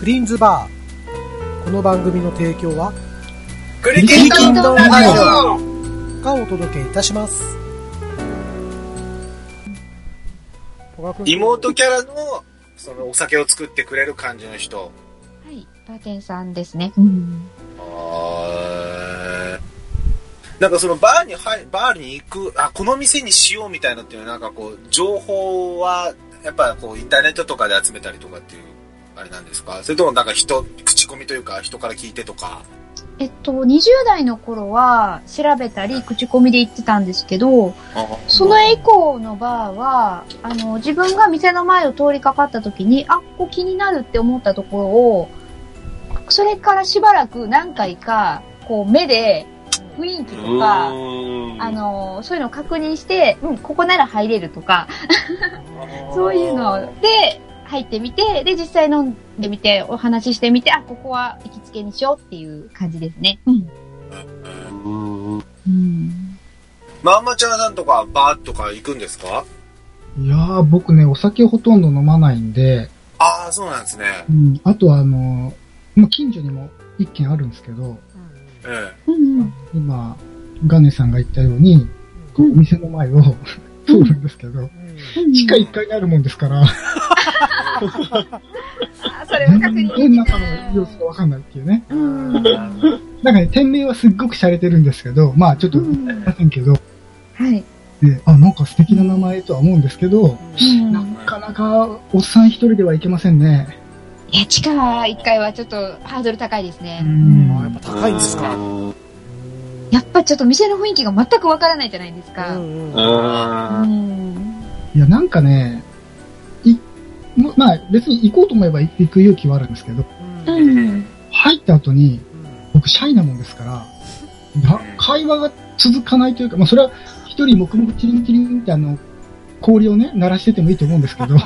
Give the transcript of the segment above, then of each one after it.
クリーンズバー。この番組の提供はクリキントンラジオがお届けいたします。 妹キャラのそのお酒を作ってくれる感じの人。 はい、バーテンさんですね。 なんかそのバーに行く、この店にしようみたいなっていうなんかこう情報はやっぱこうインターネットとかで集めたりとかっていうあれなんですか？それともなんか口コミというか人から聞いてとか。 20代の頃は調べたり口コミで行ってたんですけど、その以降のバーは自分が店の前を通りかかった時にここ気になるって思ったところを、それからしばらく何回かこう目で雰囲気とかそういうのを確認して、ここなら入れるとかそういうので入ってみて、で実際飲んでみてお話ししてみて、ここは行きつけにしようっていう感じですね。 まんまちゃんさんとかバーとか行くんですか？ いやー、僕ね、お酒ほとんど飲まないんで。 そうなんですね。 あとは近所にも一軒あるんですけど、今、ガネさんが言ったように、お店の前を通るんですけど、地下1階にあるもんですから、 それは確認できない。 どん中の様子かわかんないっていうね。なんかね、店名はすっごく洒落てるんですけど、ちょっと言いませんけど、で、なんか素敵な名前とは思うんですけど、なかなかおっさん一人ではいけませんね。 いや、地下1階はちょっとハードル高いですね。 やっぱ高いんですか？ やっぱちょっと店の雰囲気が全くわからないじゃないですか。 いや、なんかね、別に行こうと思えば行く勇気はあるんですけど、入った後に、僕シャイなもんですから、会話が続かないというか、それは一人黙々チリンチリンって氷をね、鳴らしててもいいと思うんですけど、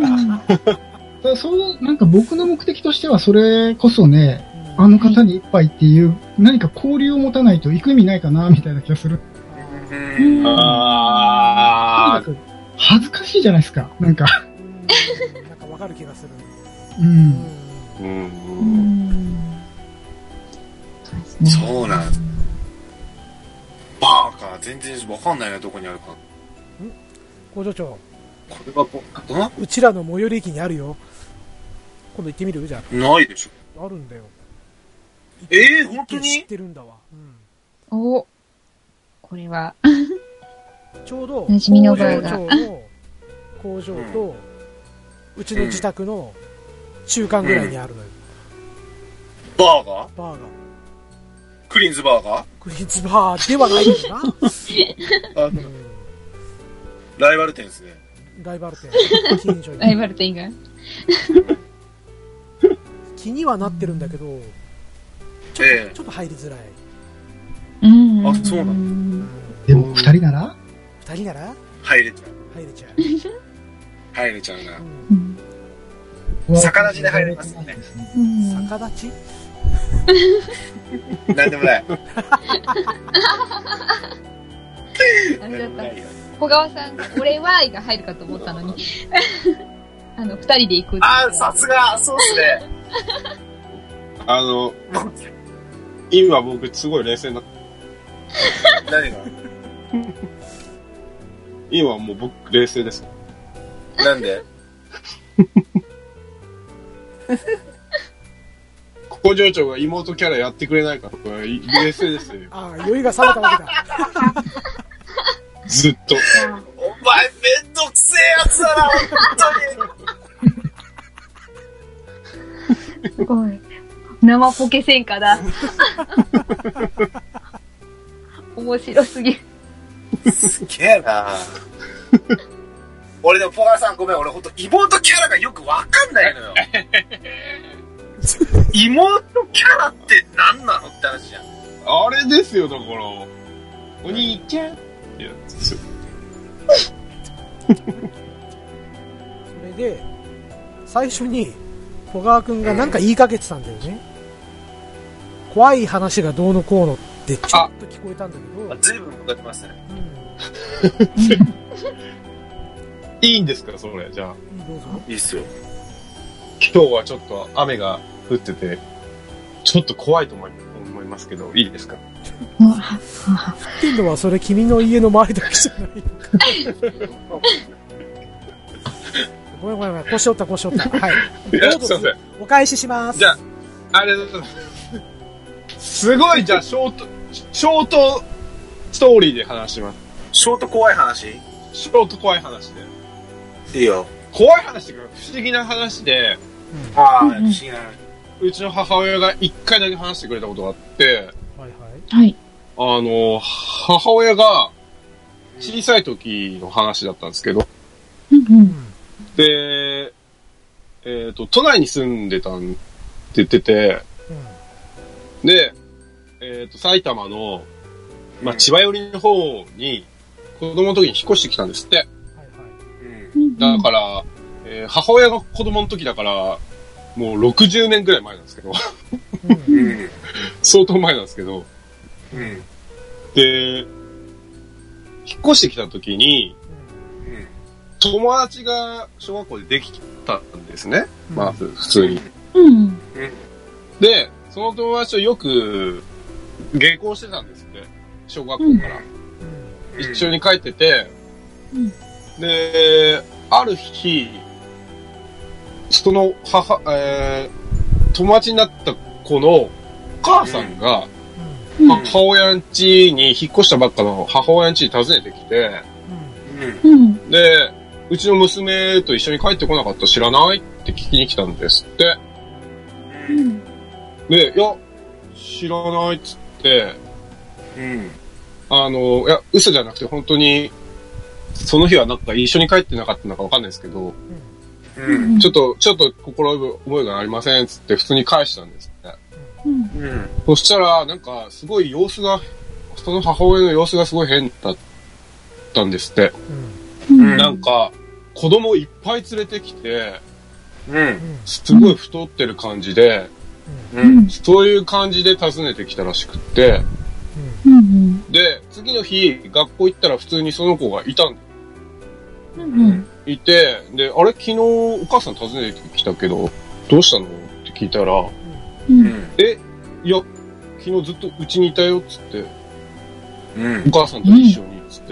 なんか僕の目的としてはそれこそね、あの方に一杯っていう何か交流を持たないと行く意味ないかなみたいな気がする。恥ずかしいじゃないですか、なんか。 なんかわかる気がする。 そうなん。バーか、全然わかんないな、どこにあるか。 工場長。 これはうちらの最寄り駅にあるよ。今度行ってみる？じゃあ。 ないでしょ。 あるんだよ。 本当に？ 知ってるんだわ。 これはちょうど馴染みのバーが工場とうちの自宅の中間ぐらいにあるのよ。 バーがクリーンズバーがクリーンズバーではないけどな。 ライバル店ですね。 ライバル店。 ライバル店が気にはなってるんだけど、ちょっと入りづらい。 そうなの。 でも二人なら入れちゃうな。逆立ちで入れますよね。 逆立ち？ なんでもない。 あれだった。小川さんが俺はが入るかと思ったのに二人で行く。 さすが、そうっすね。 今僕すごい冷静になって。 何が？ 今もう僕冷静です。 なんで？ 工場長が妹キャラやってくれないかとか冷静ですよ。 酔いが冷めたわけだ。 ずっと。 お前めんどくせえやつだな、本すごい。生ポケ戦火だ。面白すぎる。すげえな。俺でもポガさんごめん、俺ほんと妹キャラがよくわかんないのよ。妹キャラって何なのって話じゃん。 あれですよ、だからお兄ちゃんってやつですよ。 それで最初に小川くんがなんか言いかけてたんだよね。怖い話がどうのこうのってちょっと聞こえたんだけど。 随分戻りますね。 いいんですかそれ？じゃあ。 どうぞ。 いいっすよ。 今日はちょっと雨が降ってて、ちょっと怖いと思いますけど、いいですか？ 降ってんのはそれ君の家の前だけじゃないごめん、腰折った。はい。 いや、すいません。 お返しします。 じゃあ、あれだと、すごい、じゃあ、ショートストーリーで話します。 ショート怖い話？ ショート怖い話で。 いいよ。 怖い話っていうか、不思議な話で、 ああ、不思議な。 うちの母親が一回だけ話してくれたことがあって、 はい。 母親が小さい時の話だったんですけど、で、都内に住んでたって言ってて、で、埼玉の、千葉寄りの方に、子供の時に引っ越してきたんですって。だから、母親が子供の時だから、もう60年ぐらい前なんですけど、相当前なんですけど、で、引っ越してきた時に、友達が小学校でできたんですね。まず、普通に。で、その友達とよく下校してたんですって。小学校から。一緒に帰ってて、で、ある日、その友達になった子のお母さんが、母親ん家に引っ越したばっかの母親ん家に訪ねてきて、で、うちの娘と一緒に帰ってこなかった知らないって聞きに来たんですって。で、いや、知らないっつって、いや、嘘じゃなくて本当に、その日はなんか一緒に帰ってなかったのかわかんないですけど、ちょっと心覚えがありませんっつって普通に返したんですって。そしたら、なんかすごい様子が、その母親の様子がすごい変だったんですって。なんか、子供いっぱい連れてきて、すごい太ってる感じで、そういう感じで訪ねてきたらしくって、で、次の日、学校行ったら普通にその子がいたいて、で、あれ昨日お母さん訪ねてきたけど、どうしたのって聞いたら、いや、昨日ずっとうちにいたよ、つって、お母さんと一緒に、つって、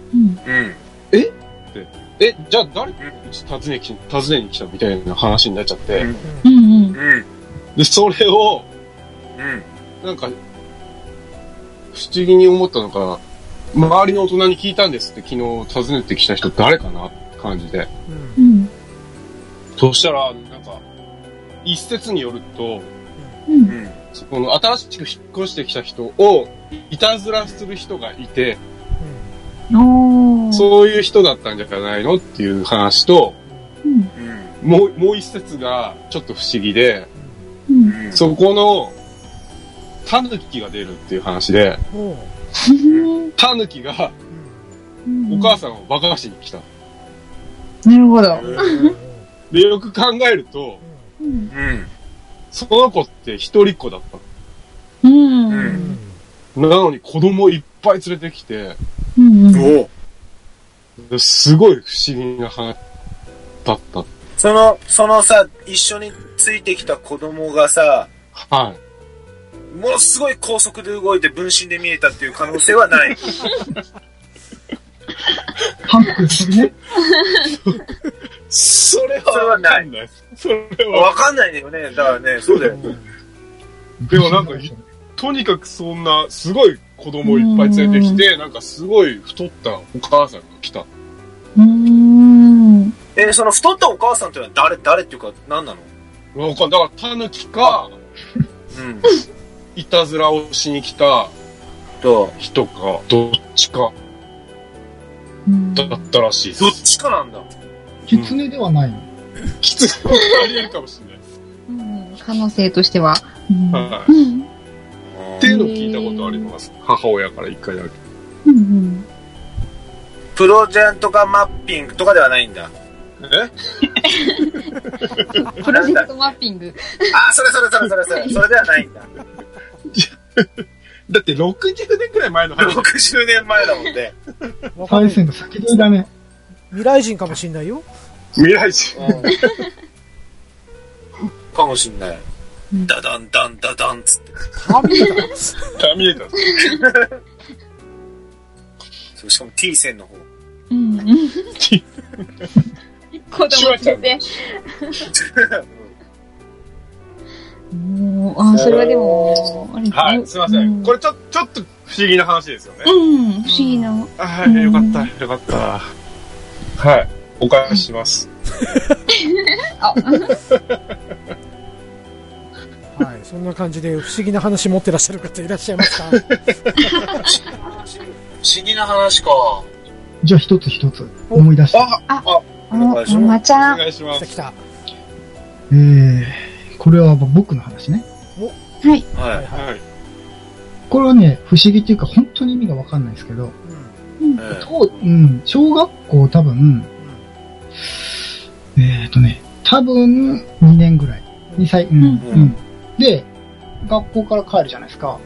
じゃあ誰うち訪ねに来たみたいな話になっちゃって、で、それを、なんか、不思議に思ったのか、周りの大人に聞いたんですって、昨日訪ねてきた人誰かなって感じで。そしたら、なんか、一説によると、その新しく引っ越してきた人をいたずらする人がいて、そういう人だったんじゃないのっていう話と、もう一説がちょっと不思議で、そこのタヌキが出るっていう話で、タヌキがお母さんをバカしに来た。 なるほど。 で、よく考えると、その子って一人っ子だった。なのに子供いっぱい連れてきて、すごい不思議な話だった。 そのさ、一緒についてきた子供がさ、ものすごい高速で動いて分身で見えたっていう可能性はない。 反復するね。 それはない。それはわかんないよね。だからね、そうだよ。 でもなんか、とにかくそんな、すごい子供いっぱい連れてきて、なんかすごい太ったお母さんが来た。 その太ったお母さんってのは誰っていうか、何なの？ だから、タヌキか、いたずらをしに来た人か、どっちか、だったらしいです。 どっちかなんだ。 狐ではないの？ 狐はあり得るかもしれないです。 可能性としては。 っていうのを聞いたことあります。母親から一回だけ。 プロジェントかマッピングとかではないんだ。 プロジェクトマッピング。 それではないんだ。 だって60年くらい前の話。 60年前だもんね。 最先の先取りだね。 未来人かもしんないよ。 未来人。 もしんない。ダダンダンダダンつって。 ターミネーターターミネーター。 そう、しかも T 線の方。 うん。子供って。もう、それはでも、 はい、すいません。これちょっと不思議な話ですよね。 うん、不思議な。 はい、よかった、よかった。はい、お返しします。 はい、そんな感じで不思議な話持ってらっしゃる方いらっしゃいますか？不思議な話か。 じゃあ一つ思い出して。 おまちゃん。 お願いします。 来た。 これは僕の話ね。 はい。 はい。 これはね、不思議っていうか本当に意味がわかんないですけど、小学校多分、多分2年ぐらい。2歳、で、学校から帰るじゃないですか。 はい。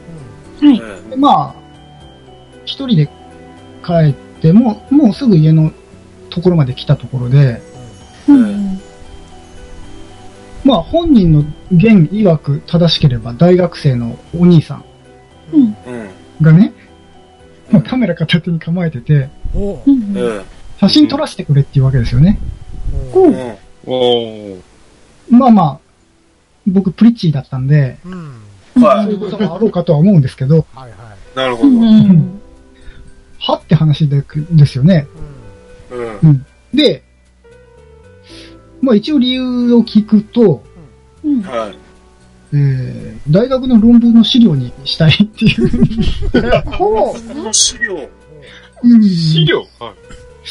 でまあ、一人で帰ってもうすぐ家のところまで来たところで、まあ本人の言曰く正しければ大学生のお兄さんがね、カメラ片手に構えてて、写真撮らせてくれっていうわけですよね。まあまあ、僕プリッチーだったんで、そういうこともあろうかとは思うんですけど、 なるほど。 はって話ですよね。で、まあ一応理由を聞くと、大学の論文の資料にしたいっていう。 資料資料はい。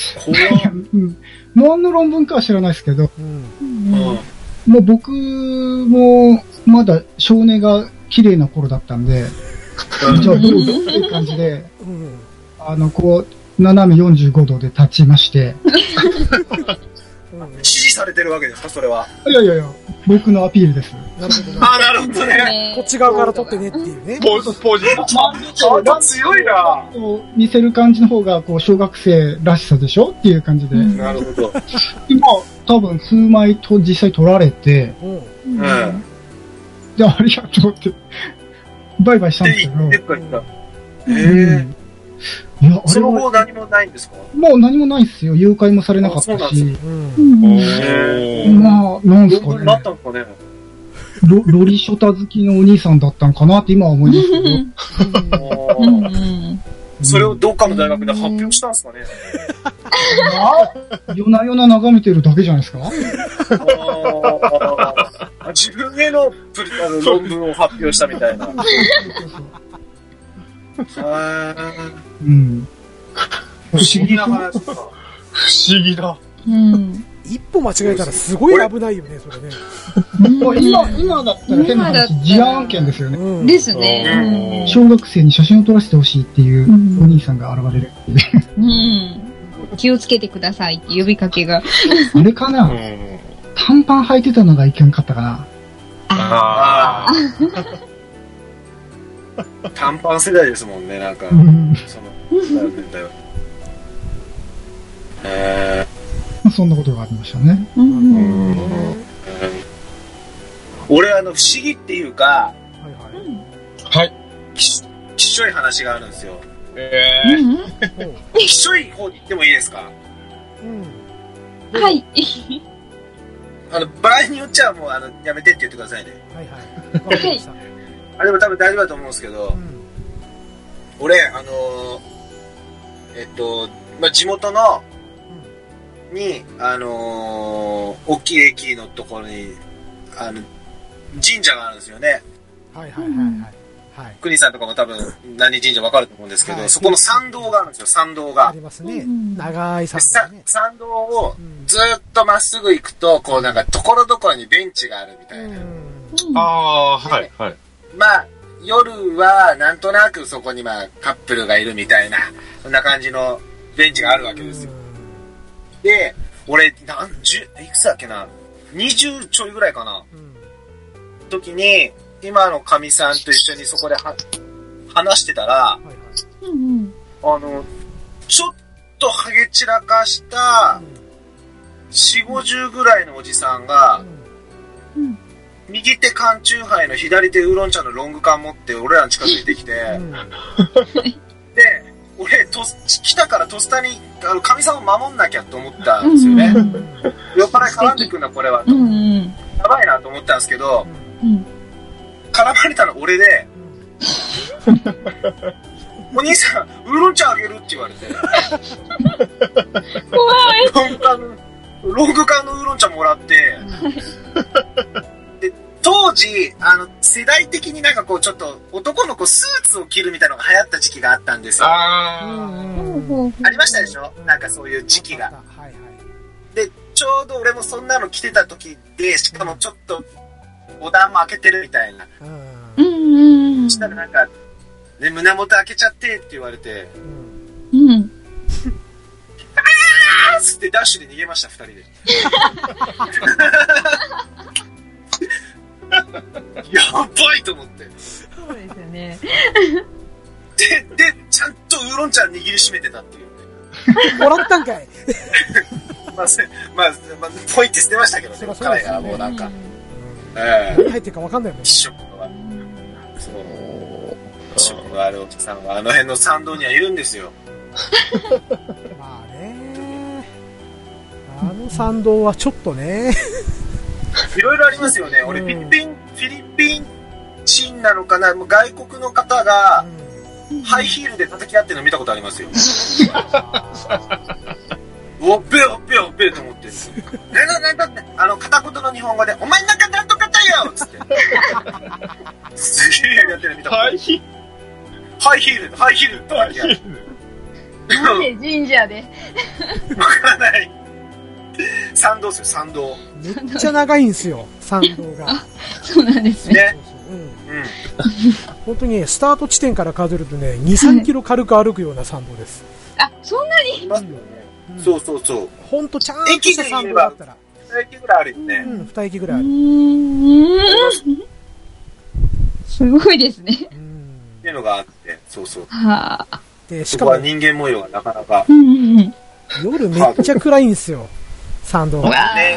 何の論文かは知らないですけど、もう僕もまだ少年が綺麗な頃だったんで、じゃあどうぞっていう感じで、こう、斜め45度で立ちまして、 指示されてるわけですか、それは。 いや、僕のアピールです。 なるほど。なるほどね。 こっち側から撮ってねっていうね。 ポージ。 強いな。 見せる感じの方が、こう、小学生らしさでしょっていう感じで。 なるほど。 今、多分、数枚と実際撮られて、で、ありがとうって、バイバイしたんですけど。いや、 その後何もないんですか？ もう何もないっすよ。誘拐もされなかったし。まあ、なんすかね。 なったんですかね。 ロリショタ好きのお兄さんだったのかなって今は思いますけど。 それをどっかの大学で発表したんですかね。 夜な夜な眺めてるだけじゃないですか。 自分への論文を発表したみたいな。不思議な話か。 不思議だ。 一歩間違えたらすごい危ないよね、それね。 今だったら変な話、事案件ですよね。 ですね。 小学生に写真を撮らせてほしいっていうお兄さんが現れるっていう。 気をつけてくださいって呼びかけが。 あれかな、短パン履いてたのがいけんかったかな。 短パン世代ですもんね、なんか。 そんなことがありましたね。 俺、不思議っていうか、 はい。 きっしょい話があるんですよ。きっしょい方に行ってもいいですか？ はい。 場合によっちゃもう、やめてって言ってくださいね。でも多分大丈夫だと思うんですけど、俺、地元の、大きい駅のところに、神社があるんですよね。国さんとかも多分何神社わかると思うんですけど、そこの参道があるんですよ、参道が。 ありますね。長い参道、ね。 参道をずっとまっすぐ行くと、こうなんかところどころにベンチがあるみたいな。 はい。 まあ、夜はなんとなくそこにまあカップルがいるみたいな、そんな感じのベンチがあるわけですよ。で、俺、いくつだっけな、20ちょいぐらいかな、時に、今の神さんと一緒にそこで話してたら、ちょっとハゲ散らかした、4、50ぐらいのおじさんが、 右手缶チューハイの左手ウーロン茶のロング缶持って俺らに近づいてきて、で、俺、来たからとっさに神様を守んなきゃと思ったんですよね。酔っ払い絡んでくんだこれはと。やばいなと思ったんですけど、絡まれたの俺で、お兄さん、ウーロン茶あげるって言われて。 怖い。 ロング缶のウーロン茶もらって、で、当時、世代的になんかこうちょっと男の子スーツを着るみたいなのが流行った時期があったんですよ。ありましたでしょ？なんかそういう時期が。で、ちょうど俺もそんなの着てた時で、しかもちょっと、ボタンも開けてるみたいな。そしたらなんか、ね、胸元開けちゃってって言われて、あーってダッシュで逃げました、二人で。やばいと思って。 そうですよね。 で、ちゃんとウーロン茶握りしめてたっていうね。 もらったんかい。 まあ、ポイって捨てましたけどね、彼がもうなんか。 何入ってるか分かんないもんね。 気色のあるおじさんはあの辺の参道にはいるんですよ。 まあね。あの参道はちょっとね。 いろいろありますよね。俺、フィリピン人なのかな、もう外国の方が、ハイヒールで叩き合ってるの見たことありますよ。おっべと思ってるんですよ。なんだって、片言の日本語で、お前なんかなんとかだよつって。すげえやってるの見たことある。ハイヒールとかやる。 なんで神社でわからない。参道ですよ、参道。 めっちゃ長いんですよ、参道が。 そうなんですね。 本当にね、スタート地点から数えるとね、2、3キロ軽く歩くような参道です。 あ、そんなに？ そう。 ほんとちゃんとした参道だったら。 2駅ぐらいあるよね。 2駅ぐらいある。 すごいですね。 っていうのがあって、そう。 はあ。 で、しかも人間模様がなかなか。 夜めっちゃ暗いんですよ、参道が。 ね。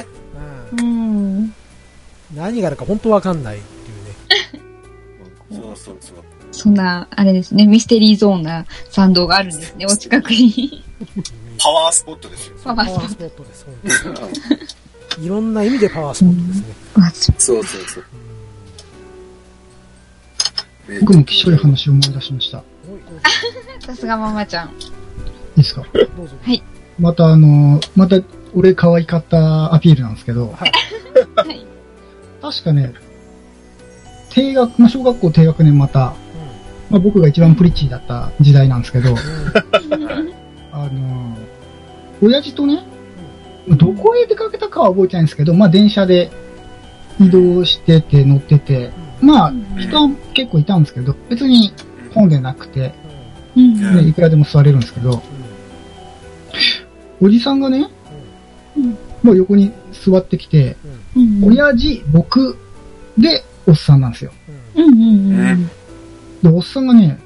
何があるか本当わかんないっていうね。そう。 そんな、あれですね、ミステリーゾーンな参道があるんですね、お近くに。 パワースポットですよ。 パワースポットです。いろんな意味でパワースポットですね。 そう。 僕もきしょい話を思い出しました。 さすがママちゃん。 いいですか？ どうぞ。 はい。 また俺可愛かったアピールなんですけど、はい。確かね、小学校低学年また、僕が一番プリッチーだった時代なんですけど、親父とね、どこへ出かけたかは覚えてないんですけど、電車で移動してて乗ってて、人は結構いたんですけど、別に混んでなくて、いくらでも座れるんですけど、おじさんがね、もう横に座ってきて、親父、僕でおっさんなんですよ。で、おっさんがね、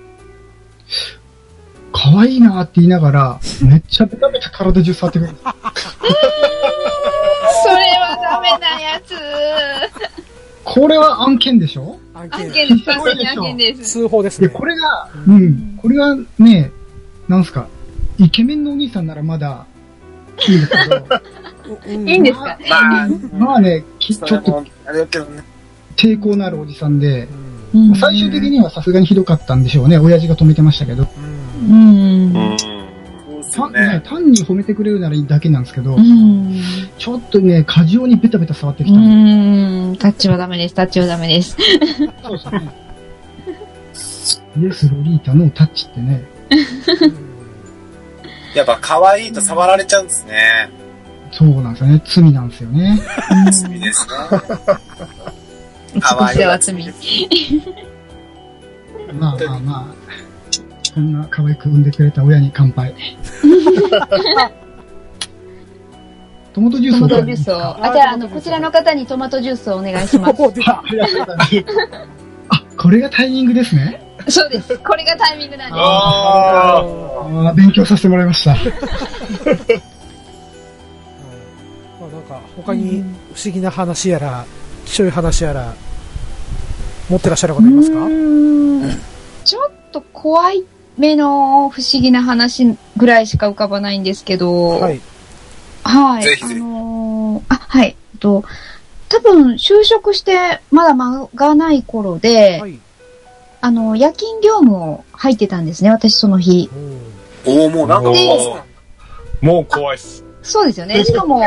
可愛いなって言いながら、めっちゃベタベタ体中触ってくる。それはダメなやつ。 これは案件でしょ？ 案件です。確かに案件です。 通報ですね。 これがね、なんすか、イケメンのお兄さんならまだいいんですけど。 いいんですか？ まあね、ちょっと、抵抗のあるおじさんで、最終的にはさすがにひどかったんでしょうね。親父が止めてましたけど。単に褒めてくれるならいいだけなんですけど、ちょっとね、過剰にベタベタ触ってきたんで。 タッチはダメです。そうですね。イエスロリータのタッチってね。 やっぱ可愛いと触られちゃうんですね。 そうなんですよね。罪なんですよね。 罪ですね。 可愛いは罪。 まあ。こんな可愛く産んでくれた親に乾杯。トマトジュースを。 じゃあ、こちらの方にトマトジュースをお願いします。 これがタイミングですね。 そうです。これがタイミングなんです。勉強させてもらいました。 なんか、他に不思議な話やら、きしょい話やら、 持ってらっしゃる方いますか？ ちょっと怖い目の不思議な話ぐらいしか浮かばないんですけど、はい。はい。 ぜひぜひ。 はい。多分、就職してまだ間がない頃で、はい、夜勤業務を入ってたんですね、私その日。 もうなんかもう怖いっす。 そうですよね。しかも、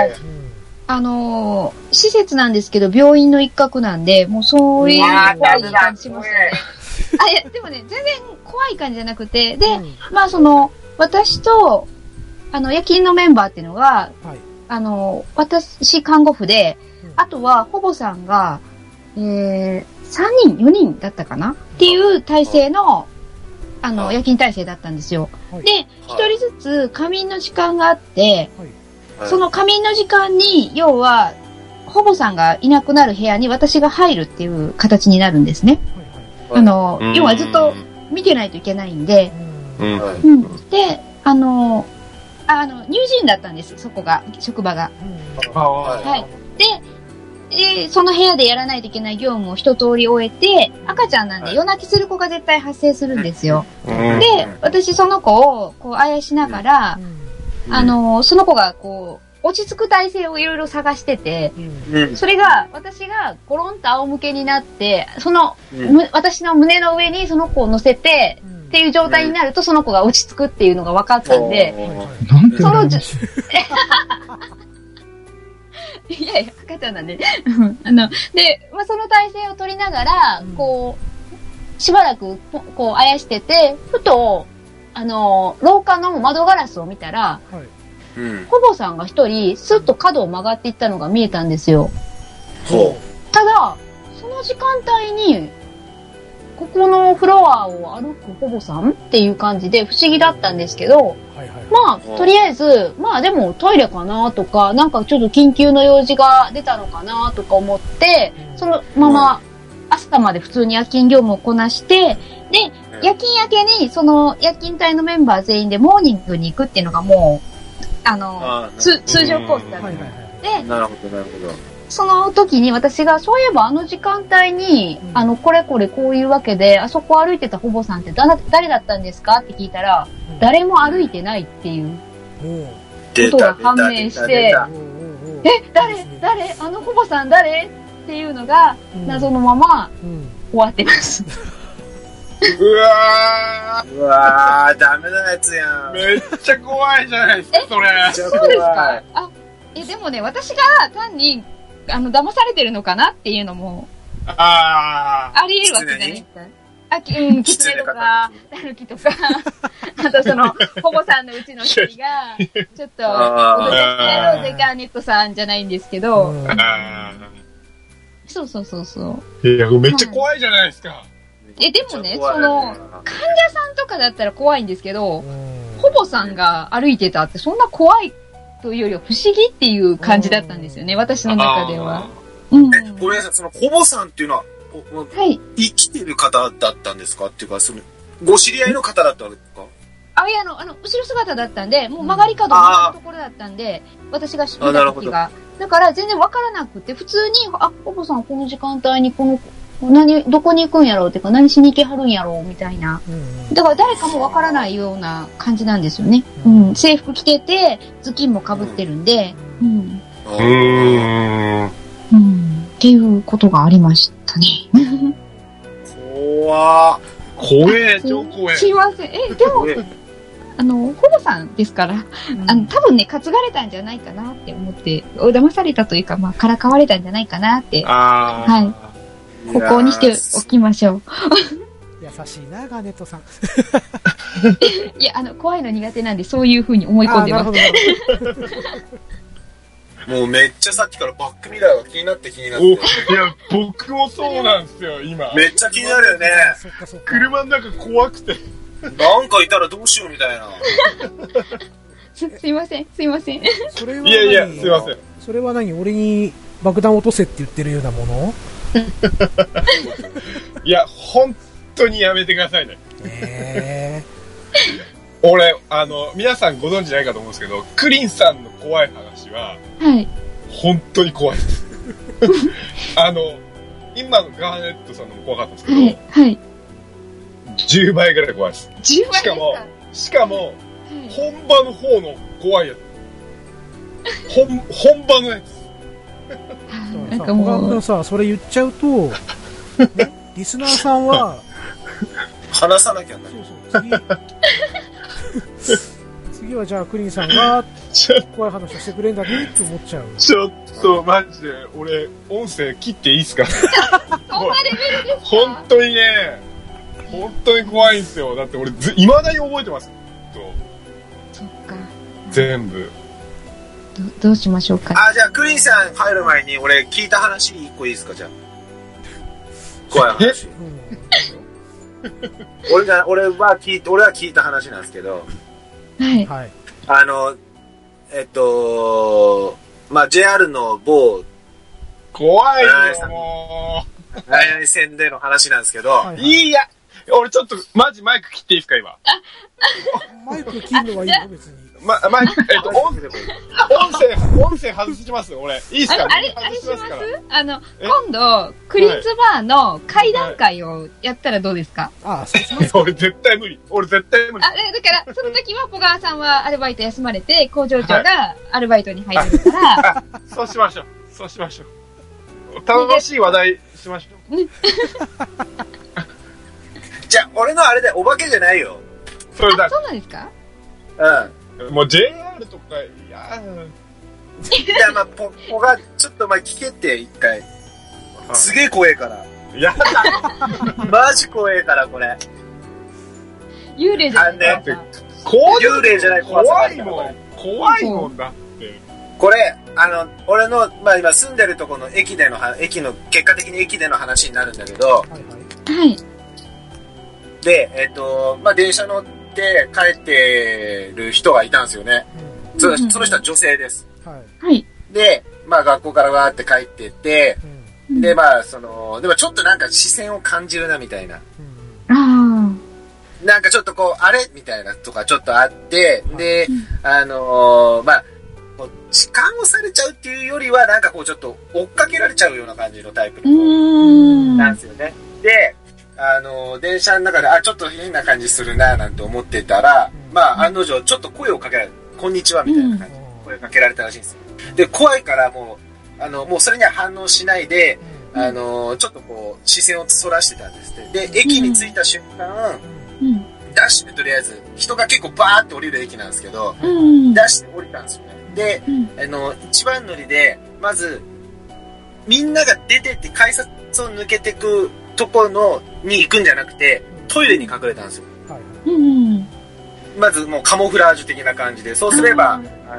施設なんですけど、病院の一角なんで、もうそういう怖い感じしますよね。いや、でもね、全然怖い感じじゃなくて、で、まあ私と、夜勤のメンバーっていうのが、はい、私、看護婦で、あとは、保母さんが、3人、4人だったかなっていう体制の、夜勤体制だったんですよ。はい、で、一人ずつ仮眠の時間があって、はい、その仮眠の時間に、要は、保母さんがいなくなる部屋に私が入るっていう形になるんですね。はい、要はずっと見てないといけないんで、で、乳児院だったんです、そこが、職場が。はい。で、その部屋でやらないといけない業務を一通り終えて、赤ちゃんなんで夜泣きする子が絶対発生するんですよ。で、私その子をこうあやしながら、その子がこう、落ち着く体勢をいろいろ探してて、それが私がゴロンと仰向けになって、私の胸の上にその子を乗せて、っていう状態になるとその子が落ち着くっていうのが分かったんで、いやいや、赤ちゃんなんで。で、まあ、その体勢を取りながら、こう、しばらく、こう、あやしてて、ふと、廊下の窓ガラスを見たら、保母さんが一人、スッと角を曲がっていったのが見えたんですよ。ただ、その時間帯に、ここのフロアを歩く保母さんっていう感じで不思議だったんですけど、まあ、とりあえず、まあでもトイレかなとか、なんかちょっと緊急の用事が出たのかなとか思って、そのまま朝まで普通に夜勤業務をこなして、で、夜勤明けにその夜勤隊のメンバー全員でモーニングに行くっていうのがもう、通常コースだったので、 なるほど、なるほど。 その時に私が、そういえばあの時間帯に、これこれこういうわけで、あそこ歩いてた保母さんって誰だったんですかって聞いたら、誰も歩いてないっていうことが判明して、誰あの保母さん誰っていうのが、謎のまま終わってます。 うわー、ダメなやつやん。 めっちゃ怖いじゃないですか、それ。 そうですか？でもね、私が単に、騙されてるのかなっていうのも、あり得るわけじゃないですか。キツネとか、タヌキとか、あとその、保母さんのうちの一人が、ちょっと、踊りやろうぜガーネットさんじゃないんですけど、そう。 いや、めっちゃ怖いじゃないですか。 でもね、その、患者さんとかだったら怖いんですけど、保母さんが歩いてたってそんな怖いというよりは不思議っていう感じだったんですよね、私の中では。 ごめんなさい、その保母さんっていうのは、生きてる方だったんですかっていうか、ご知り合いの方だったんですか？ いや、後ろ姿だったんで、もう曲がり角のところだったんで、私が見た時が。だから全然わからなくて、普通に、保母さんこの時間帯にどこに行くんやろうっていうか、何しに行きはるんやろうみたいな。だから誰かもわからないような感じなんですよね。制服着てて、頭巾も被ってるんで、っていうことがありましたね。 怖え、超怖え。 すいません。でも、保母さんですから、多分ね、担がれたんじゃないかなって思って、騙されたというか、まあ、からかわれたんじゃないかなって。はい。ここにしておきましょう。 優しいな、ガーネットさん。 いや、怖いの苦手なんで、そういう風に思い込んでます。 もうめっちゃさっきからバックミラーが気になって。いや、 僕もそうなんですよ、今。 めっちゃ気になるよね。 車の中怖くて。 なんかいたらどうしようみたいな。 すいません。 それはいや、すいません。 それは何？俺に爆弾落とせって言ってるようなもの？ いや、本当にやめてくださいね。俺、皆さんご存知ないかと思うんですけど、クリンさんの怖い話は、本当に怖いです。 今のガーネットさんのも怖かったんですけど、 はい。はい。 10倍ぐらい怖いです。 10倍ですか？ しかも、本場の方の怖いやつ。本場のやつ。 なんかもう。小川君さ、それ言っちゃうと、ね、リスナーさんは、 話さなきゃな。 そうそう、次はじゃあクリンさんが怖い話をしてくれんだねって思っちゃう。 ちょっとマジで俺音声切っていいっすか？ そんなレベルですか？ 本当にね、本当に怖いんですよ。だって俺未だに覚えてます。 そっか。 全部。 どうしましょうか。 じゃあクリンさん入る前に俺聞いた話1個いいですか？じゃあ怖い話。俺は聞いた話なんですけど、 はい。 まあ、JR の某、 怖いよ、もう。何々線での話なんですけど、 はいはい、 いや、俺ちょっと、マジマイク切っていいですか、今。 マイク切るのはいいの別に。 マイク、音声外します、俺。いいですか？ あれします？今度、クリンズバーの会談会をやったらどうですか？ そうしますか？ 俺絶対無理。 だから、その時は小川さんはアルバイト休まれて、工場長がアルバイトに入るから。 そうしましょう。楽しい話題しましょう。 じゃあ、俺のあれでお化けじゃないよ。 そうなんですか？ うん。 もう JR とか、いや、 まあ、ポが、ちょっと聞けて、一回。すげえ怖えから。 やだ。 マジ怖えから、これ。 幽霊じゃないですか？ 幽霊じゃない、 怖いもんだって。 これ、俺の、今住んでるところの結果的に駅での話になるんだけど、 はい。 で、電車乗って帰ってる人がいたんですよね。その人は女性です。 はい。 で、学校からわーって帰ってって、で、でもちょっとなんか視線を感じるなみたいな。なんかちょっとあれみたいなとかちょっとあって、で、痴漢をされちゃうっていうよりは、なんかちょっと追っかけられちゃうような感じのタイプのなんですよね。で、電車の中で、ちょっと変な感じするななんて思ってたら、案の定、ちょっと声をかけられる。こんにちは、みたいな感じで声をかけられたらしいんですよ。で、怖いからもうそれには反応しないで、ちょっと視線をそらしてたんですって。で、駅に着いた瞬間、ダッシュでとりあえず、人が結構バーって降りる駅なんですけど、ダッシュで降りたんですよね。で、一番乗りで、まず、みんなが出てって改札を抜けてくところに行くんじゃなくて、トイレに隠れたんですよ。まずもうカモフラージュ的な感じで、そうすれば、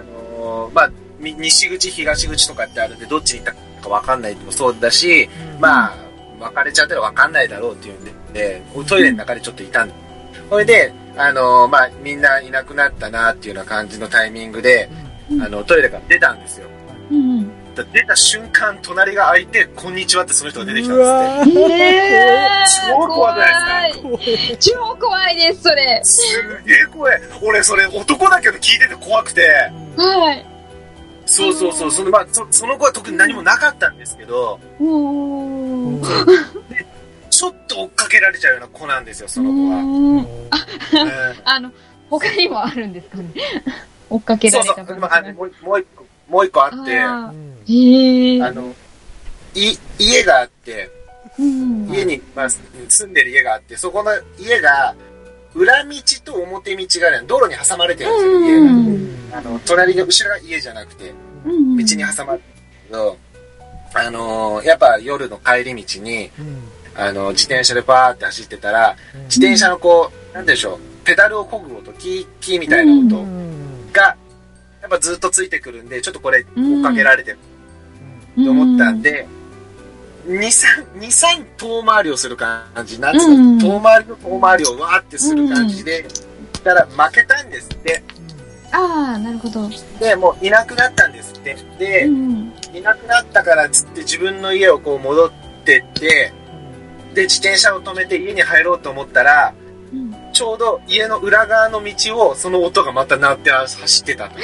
西口、東口とかってあるんで、どっちに行ったか分かんないってもそうだし、分かれちゃったら分かんないだろうっていうんで、トイレの中でちょっといたんで。それで、みんないなくなったなっていうような感じのタイミングで、トイレから出たんですよ。出た瞬間、隣が開いて、こんにちはってその人が出てきたんですって。超怖くないですか？ 超怖いです、それ。 すげえ怖い。俺、それ男だけど聞いてて怖くて。 はい。 そう。その子は特に何もなかったんですけど、ちょっと追っかけられちゃうような子なんですよ、その子は。 他にもあるんですかね。追っかけられた場合。 もう一個あって、家があって、家に、住んでる家があって、そこの家が、裏道と表道がある、道路に挟まれてるんですよ、家が。後ろが家じゃなくて、道に挟まれてるけど、やっぱ夜の帰り道に、自転車でバーって走ってたら、自転車のなんでしょう、ペダルを漕ぐ音、キーみたいな音が、やっぱずっとついてくるんで、ちょっとこれ追っかけられてると思ったんで、2、3遠回りをする感じ、なんつうの、遠回りをわーってする感じで、したら負けたんですって。 なるほど。 で、もういなくなったんですって。で、いなくなったからつって自分の家を戻ってって、で、自転車を止めて家に入ろうと思ったら、ちょうど家の裏側の道をその音がまた鳴って走ってたと。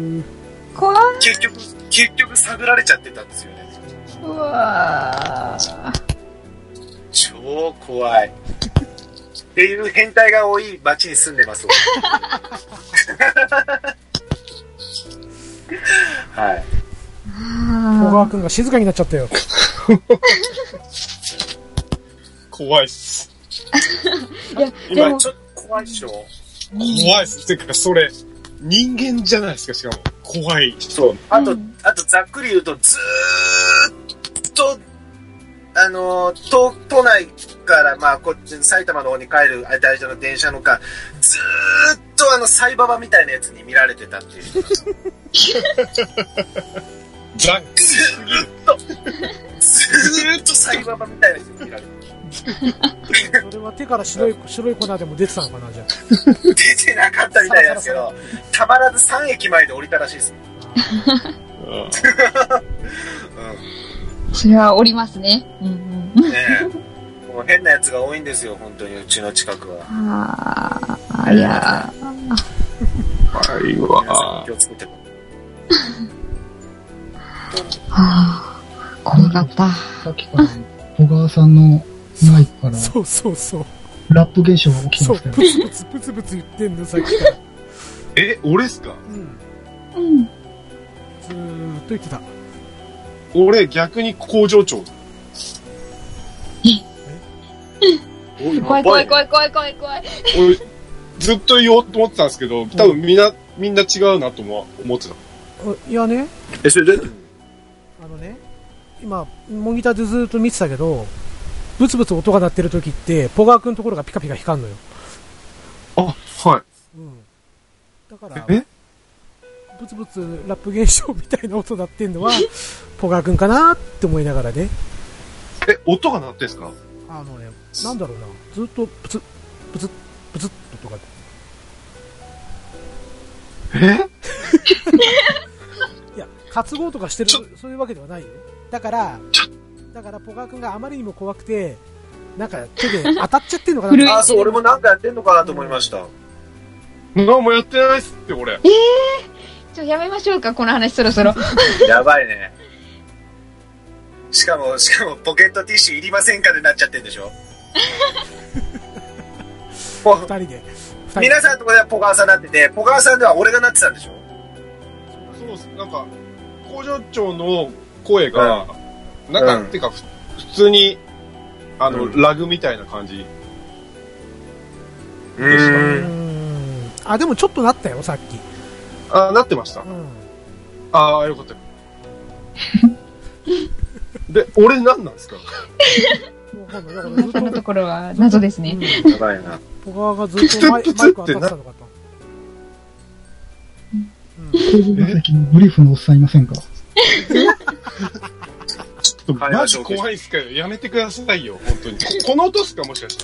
怖い。 結局探られちゃってたんですよね。 うわ怖い。っていう変態が多い町に住んでます。はい。 小川くんが静かになっちゃったよ。 怖いっす。 いや、 今ちょっと怖いっしょ。 怖いっす。てか、それ、人間じゃないですか、しかも。怖い。 そう。あとざっくり言うと、ずーっと、都内から、まあ、こっち、埼玉の方に帰る大事な電車の間、ずーっとサイババみたいなやつに見られてたっていう。 ざっくりずーっとサイババみたいなやつに見られてた。 それは手から白い粉でも出てたのかな、じゃあ。 出てなかったみたいなんですけど、たまらず3駅前で降りたらしいです。 それは降りますね。 ねえ。もう変なやつが多いんですよ、本当に、うちの近くは。 いや怖いわ。 気をつけて。 怖かった。 さっきから、小川さんのマイクから、 そう。 ラップ現象が起きてますけど。 ブツブツ言ってんの、さっきから。 俺っすか？ ずーっと言ってた。 俺、逆に工場長。 怖い。 俺、ずっと言おうと思ってたんですけど、多分みんな違うなとも思ってた。 いやね。 それで今、モニターでずっと見てたけど、ブツブツ音が鳴ってる時って、ポガーくんのところがピカピカ光るのよ。 あ、はい。 だから、ブツブツラップ現象みたいな音鳴ってんのは、ポガーくんかなって思いながらね。 音が鳴ってんすか？ なんだろうな、ずっとブツとか。いや、活動とかしてる、そういうわけではないよ。だから、ポガーくんがあまりにも怖くて、なんか手で当たっちゃってんのかな。 そう、俺もなんかやってんのかなと思いました。 何もやってないっすって、俺。 やめましょうか、この話そろそろ。 やばいね。しかも、ポケットティッシュいりませんかでなっちゃってんでしょ。 二人で。 皆さんのところではポガーさんなってて、ポガーさんでは俺がなってたんでしょ。 そうっす。なんか、工場長の声が、てか、普通に、ラグみたいな感じでした。 でもちょっとなったよ、さっき。 なってました。よかった。で、俺何なんですか？ そのところは謎ですね。 やばいな。 ポガーがずっとマイク当たってたのかと。 最近ブリーフのおっさんいませんか？ ちょっとマジ怖いっすからやめてくださいよ、本当に。この音っすか、もしかして。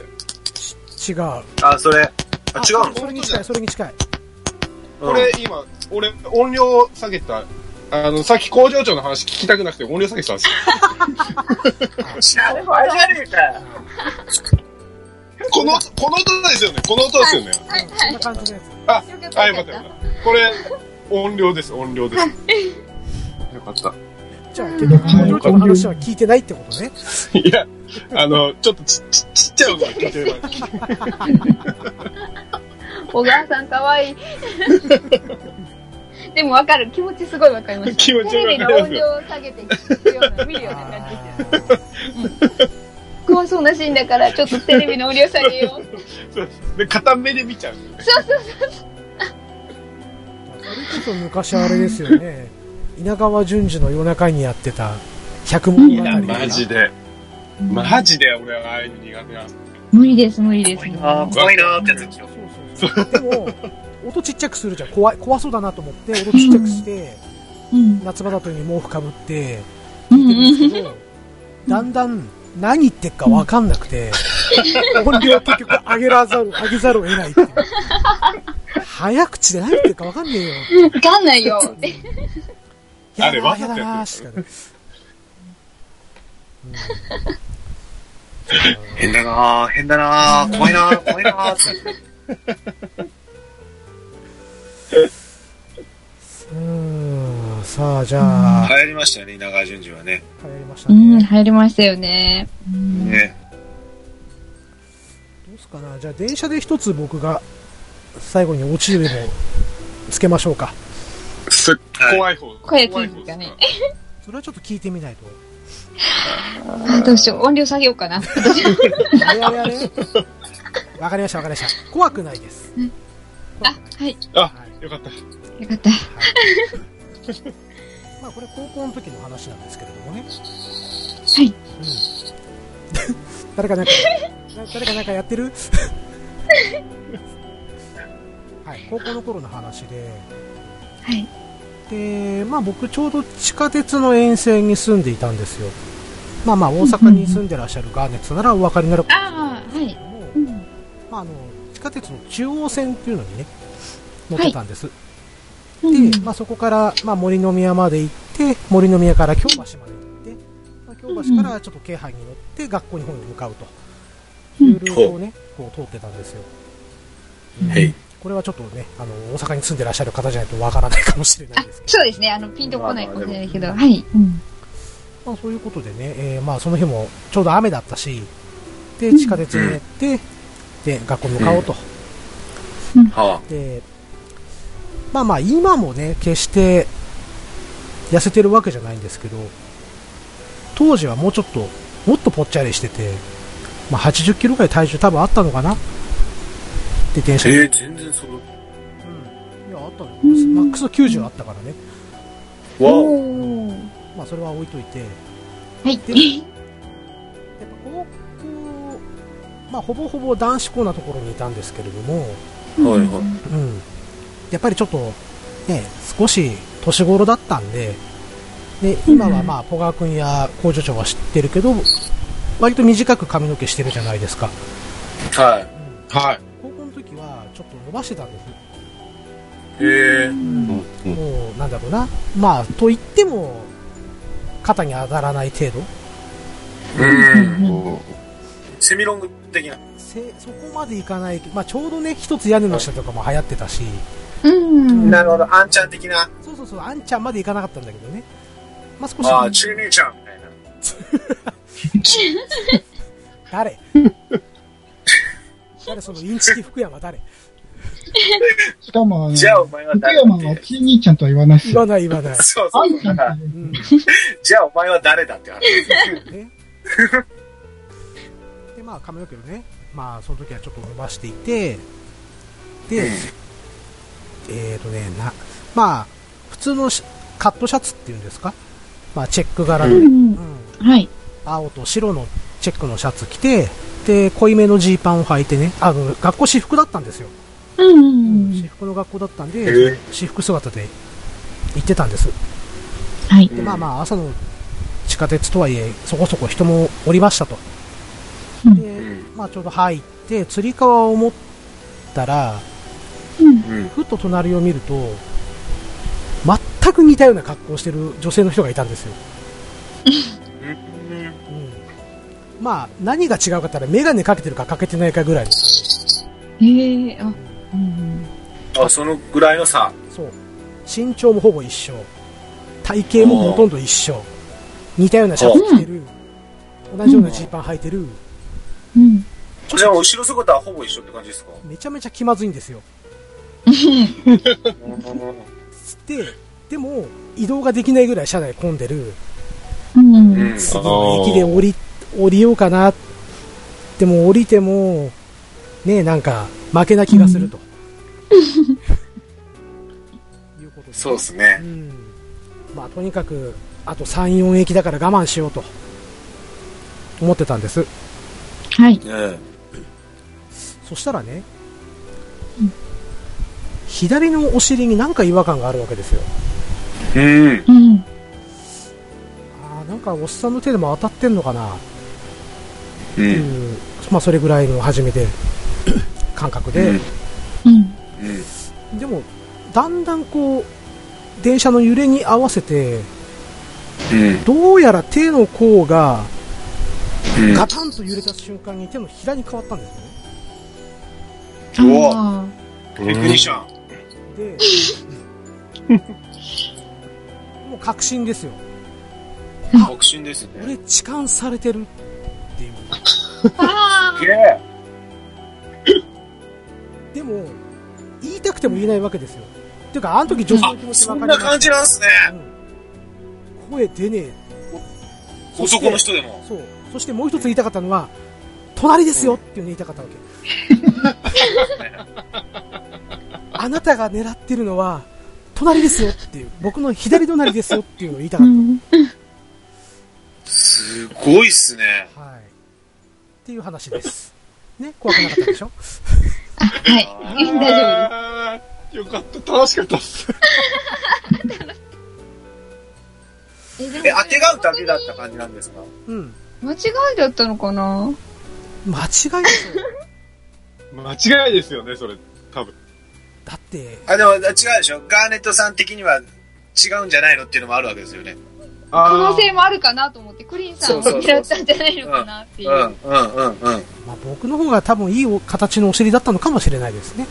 違う。 それ。違うの？ それに近い。 これ今、俺、音量下げた。さっき工場長の話聞きたくなくて音量下げてたんですよ。 あれじゃねえかよ。 この音ですよね。この音ですよね。 こんな感じのやつ。 よかった。これ、音量です。よかった。 じゃあ、結局、工場長の話は聞いてないってことね。 いや、ちょっとちっちゃい音が聞いてる。 小川さんかわいい。でもわかる。気持ちすごいわかります。 気持ちテレビの音量を下げて聞くような、見るような感じですよ。怖そうなシーンだから、ちょっとテレビの音量下げよう。 そうで、片目で見ちゃう。 そう。 それこそ昔あれですよね。稲川淳二の夜中にやってた百物語。 いや、マジで俺はああいうの苦手なんです。 無理です。 怖いなーってやつですよ。 そう。でも、音ちっちゃくするじゃん。怖そうだなと思って、音ちっちゃくして、夏場だとに毛布かぶって、聞いてるんですけど、だんだん何言ってっかわかんなくて、音量結局上げざるを得ないっていう。早口で何言ってるか分かんねえよ。 分かんないよ。 あれ、わざとやなってる。 変だなー、怖いなーって。 さあ、じゃあ。 流行りましたよね、稲川淳二はね。 流行りましたね。 流行りましたよね。 ね。 すかな。じゃあ電車で一つ僕が最後にオチでもつけましょうか。 怖い方。 怖いやつですかね。 それはちょっと聞いてみないと。 どうしよう。音量下げようかな。 あれあれあれわかりましたわかりました。怖くないです。 あ、はい。 あ、よかった。 よかった。 まあこれ高校の時の話なんですけれどもね。 はい。 誰かなんかやってるはい、高校の頃の話で。 はい。 で、まあ僕ちょうど地下鉄の沿線に住んでいたんですよ。まあ大阪に住んでらっしゃるガーネットならお分かりになるかもしれないんですけども、まあ地下鉄の中央線っていうのにね、乗ってたんです。はい、で、まあそこから、まあ森の宮まで行って、森の宮から京橋まで行って、まあ、京橋からちょっと京阪に乗って学校の方に向かうというルートをね、こう通ってたんですよ。これはちょっとね、大阪に住んでらっしゃる方じゃないとわからないかもしれないですけど。 そうですね、ピンとこないかもしれないけど、はい。 まあそういうことでね、まあその日もちょうど雨だったし、で、地下鉄に乗って、で、学校に向かおうと。で、まあ今もね、決して痩せてるわけじゃないんですけど、当時はもっとぽっちゃりしてて、まあ80キロぐらい体重多分あったのかなって電車全然その。いや、あったの。マックス90あったからね。 わお。 まあそれは置いといて。 はい。 で、やっぱ高校、まあほぼほぼ男子校なところにいたんですけれども、 はいはい。 やっぱりちょっと、ね、少し年頃だったんで、で、今はまあ、ポガー君や工場長は知ってるけど、割と短く髪の毛してるじゃないですか。 はい。はい。 高校の時はちょっと伸ばしてたんです。 もう、なんだろうな。まあ、と言っても、肩に当たらない程度。 セミロング的な。 そこまでいかない、まあちょうどね、一つ屋根の下とかも流行ってたし。 なるほど、あんちゃん的な。 そう、あんちゃんまでいかなかったんだけどね。まあ少し。 ああ、中兄ちゃんみたいな。誰そのインチキ福山誰しかもじゃあお前は福山はちい兄ちゃんとは言わないっすよ。 言わない。 そう。じゃあお前は誰だって話ですね。 で、まあ髪の毛をね、まあその時はちょっと伸ばしていて、で、まあ普通のカットシャツっていうんですか、まあチェック柄のね、 はい、 青と白のチェックのシャツ着て、で濃いめのジーパンを履いてね、学校私服だったんですよ。私服の学校だったんで、私服姿で行ってたんです。 はい。 で、まあ朝の地下鉄とはいえそこそこ人もおりましたと。で、まあちょうど入ってつり革を持ったら、ふっと隣を見ると全く似たような格好をしてる女性の人がいたんですよ。まあ何が違うかって言ったらメガネかけてるかかけてないかぐらいの差で。 そのぐらいの差。 そう。身長もほぼ一緒。体型もほとんど一緒。似たようなシャツ着てる。同じようなジーパン履いてる。 じゃあ後ろ姿はほぼ一緒って感じですか？ めちゃめちゃ気まずいんですよ。でも移動ができないぐらい車内混んでる。次の駅で降りようかな。でも降りてもね、なんか負けな気がすると。いうことで、 そうですね。 まあとにかくあと 3,4 駅だから我慢しようと思ってたんです。 はい。 そしたらね、左のお尻になんか違和感があるわけですよ。なんかおっさんの手でも当たってんのかなっていう、まあそれぐらいの初めて感覚で、でもだんだんこう電車の揺れに合わせて、どうやら手の甲がガタンと揺れた瞬間に手のひらに変わったんですよね。 テクニシャンでもう確信ですよ。 確信ですね。 俺痴漢されてるっていう。 すげえ。 でも、言いたくても言えないわけですよ。っていうか、あの時女性の気持ち分かりました。 そんな感じなんすね。 声出ねえ。 男の人でも。 そう。そしてもう一つ言いたかったのは、隣ですよっていうの言いたかったわけ。あなたが狙ってるのは、隣ですよっていう、僕の左隣ですよっていうのを言いたかった。 すごいっすね。 はい。っていう話です。ね、怖くなかったでしょ？ はい。大丈夫です。よかった。楽しかったっす。 当てがうだけだった感じなんですか？ うん。 間違いだったのかな？ 間違いですよ。 間違いですよね、それ。多分。 だって。 でも違うでしょ？ガーネットさん的には違うんじあるのっていうのもあるわけですよね。 可能性もあるかなと思って、クリーンさんを狙ったんじゃないのかなっていう。 まあ僕の方が多分いい形のお尻だったのかもしれないですね。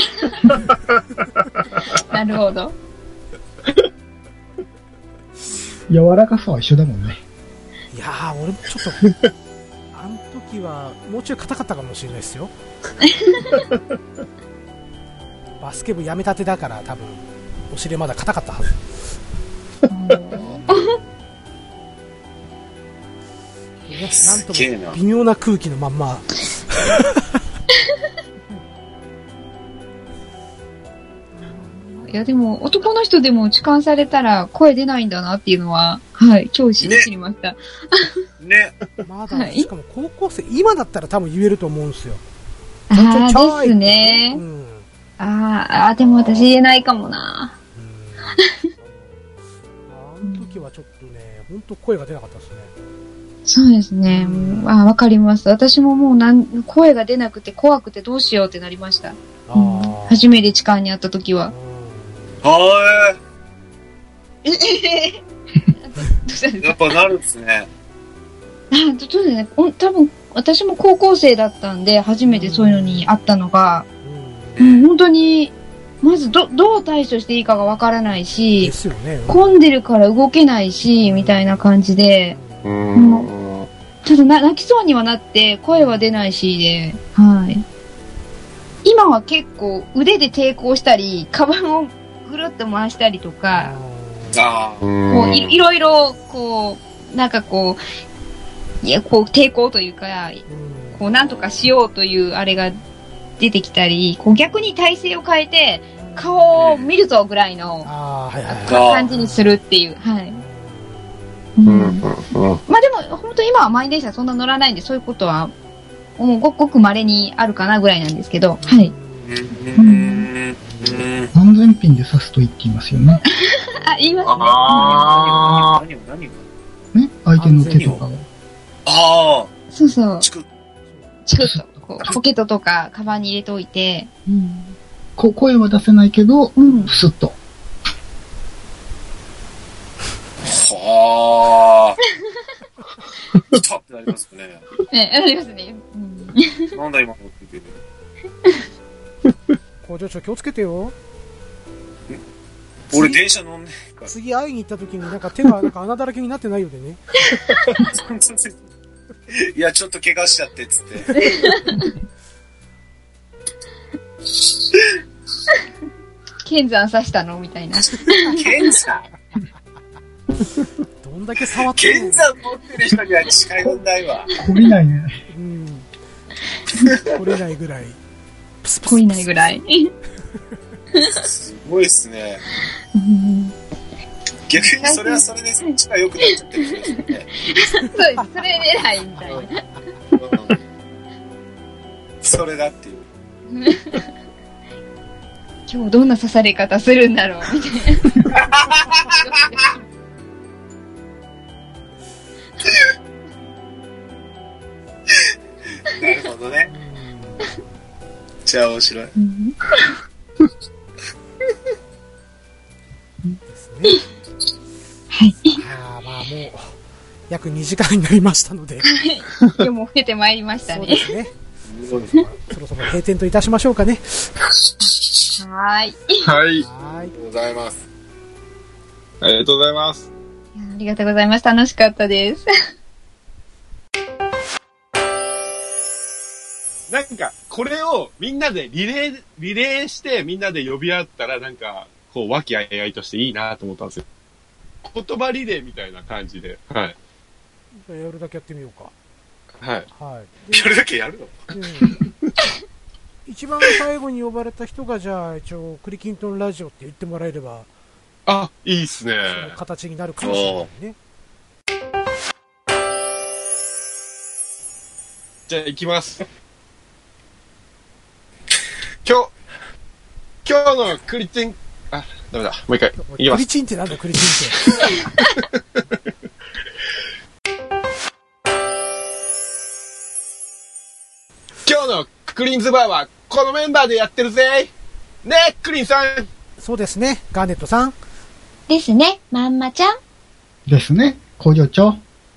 なるほど。 柔らかさは一緒だもんね。 いやー、俺もちょっと、あの時はもうちょい硬かったかもしれないですよ。バスケ部やめたてだから多分、お尻まだ硬かったはず。なんとも微妙な空気のまんま。 いやでも男の人でも痴漢されたら声出ないんだなっていうのは、はい、教師で知りました。 ね。 まだ、しかも高校生、今だったら多分言えると思うんですよ。 ああ、ですね。うん、ああ、でも私言えないかもな。 あの時はちょっとね、本当声が出なかったですね。 そうですね。わかります。私ももう声が出なくて怖くてどうしようってなりました。初めて痴漢に会った時は。 はい。やっぱなるんですね。 そうですね。多分、私も高校生だったんで、初めてそういうのに会ったのが、本当に、まずどう対処していいかがわからないし、 ですよね、 混んでるから動けないし、みたいな感じで、ちょっと泣きそうにはなって、声は出ないしで、はい。今は結構腕で抵抗したり、カバンをぐるっと回したりとか、こういろいろ、こう、なんかこう、抵抗というか、こう、なんとかしようというあれが出てきたり、こう逆に体勢を変えて、顔を見るぞぐらいの感じにするっていう、はい。まあでも、本当今は満員電車そんな乗らないんで、そういうことは、もうごく稀にあるかなぐらいなんですけど、はい。 安全ピンで刺すと言って言いますよね。 あ、言いますね。 何がね、相手の手とかを。 ああ。 そうそう。チクッと、こう、ポケットとか、カバンに入れておいて。 声は出せないけど、スッと。 はあ。来たってなりますね。 ね、なりますね。 なんだ今のって言って工場長気をつけてよ。 俺電車乗んねえから。 次会いに行った時になんか手がなんか穴だらけになってないようでね。 いや、ちょっと怪我しちゃってっつって。 剣山刺したのみたいな。 剣山どんだけ触ってるの？ 剣山持ってる人には近い問題は。 懲りないね。 懲りないぐらい。 懲りないぐらい。 すごいっすね。逆にそれはそれでそっちが良くなっちゃってるんですよね。そうです。 それ狙いみたいな。 それだっていう。 今日どんな刺され方するんだろうみたいな。 なるほどね。じゃあ面白い。 ですね。 はい。 まあもう約2時間になりましたので。 今日も増えてまいりましたね。 そうですね。そろそろ閉店といたしましょうかね。 はい。 はい。 ありがとうございます。 ありがとうございます。 ありがとうございます。楽しかったです。 なんか、 これをみんなでリレーしてみんなで呼び合ったらなんか、こう、和気あいあいとしていいなと思ったんですよ。言葉リレーみたいな感じで。はい。 じゃあやるだけやってみようか。 はい。 はい。やるだけやるの、 一番最後に呼ばれた人が、じゃあ一応、クリキントンラジオって言ってもらえれば。 あ、いいっすね。 その形になるかもしれないね。 じゃあ行きます。今日のクリチン、あ、ダメだ。もう一回。行きます。 クリチンってなんだ、クリチンって。 今日のクリーンズバーはこのメンバーでやってるぜ。ねえ、クリンさん。 そうですね、ガーネットさん。 ですね、まんまちゃん。 ですね、工場長。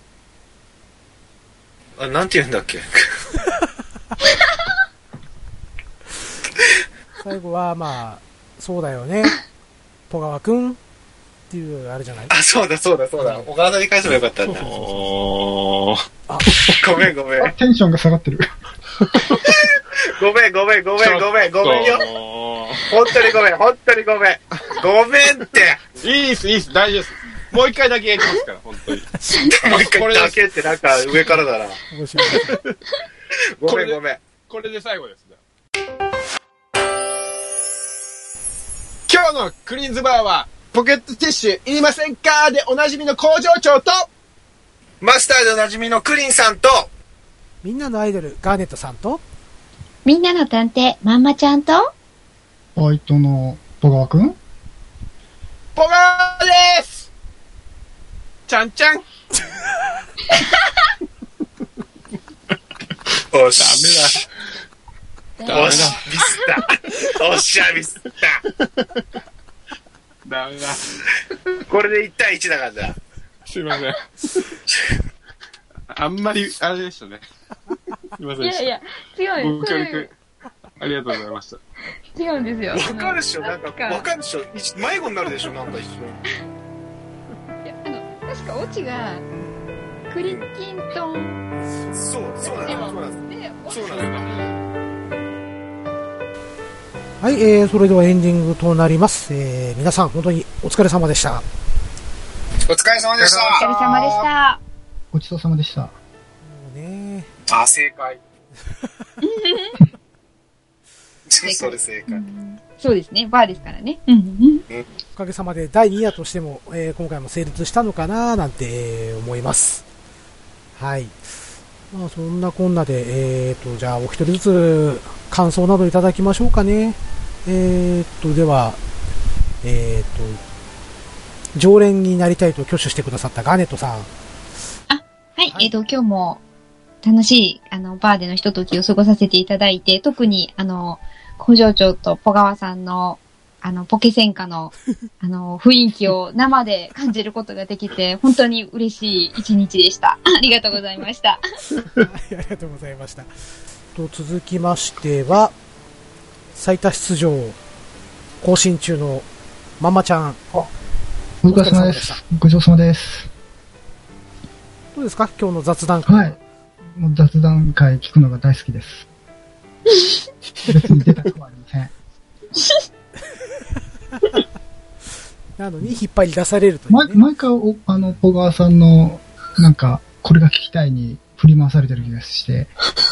あ、なんて言うんだっけ。 最後は、まあ、そうだよね。戸川くんっていう、あれじゃない。 あ、そうだ。小川さんに返せばよかったんだ。あ、ごめん。 テンションが下がってる。 ごめんよ。本当にごめん。ごめんって。 いいっす、大丈夫です。もう一回だけやりますから、本当に。 もう一回だけってなんか上からだな。 面白い。 ごめん。 これで最後ですね。今日のクリーンズバーは、ポケットティッシュいりませんかでおなじみの工場長と、 マスターでおなじみのクリンさんと、 みんなのアイドル、ガーネットさんと、 みんなの探偵、まんまちゃんと、 ホワイトの戸川くん。 ポガーです。ちゃんちゃん。 おし。ダメだ。おし、ミスった。おっしゃ、ミスった。 ダメだ。 これで1対1だからだ。 すいません。あんまり、あれでしたね。すいませんでした。 いや、違うよ。 協力、ありがとうございました。 違うんですよ。 わかるっしょ、なんか、わかるっしょ。迷子になるでしょ、なんか一瞬。いや、確かオチが、クリキントン。 そうなんです。 はい、それではエンディングとなります。皆さん本当にお疲れ様でした。 お疲れ様でした。 お疲れ様でした。 ごちそうさまでした。もうね。 あ、正解。それ正解。 そうですね、バーですからね。 おかげさまで第2夜としても、今回も成立したのかななんて、思います。はい。まあそんなこんなで、じゃあお一人ずつ感想などいただきましょうかね。では、常連になりたいと挙手してくださったガーネットさん。 はい、今日も楽しい、バーでのひとときを過ごさせていただいて、特に、工場長とポガワさんの、ポケ戦火の、雰囲気を生で感じることができて、本当に嬉しい一日でした。ありがとうございました。 はい、ありがとうございました。と、続きましては、最多出場、更新中のまんまちゃん。 お疲れ様です。ごちそうさまです。 どうですか今日の雑談会。 はい。もう雑談会聞くのが大好きです。別に出たくはありません。 なのに引っ張り出されるという、ね。 毎回ポガワさんの、なんか、これが聞きたいに振り回されてる気がして。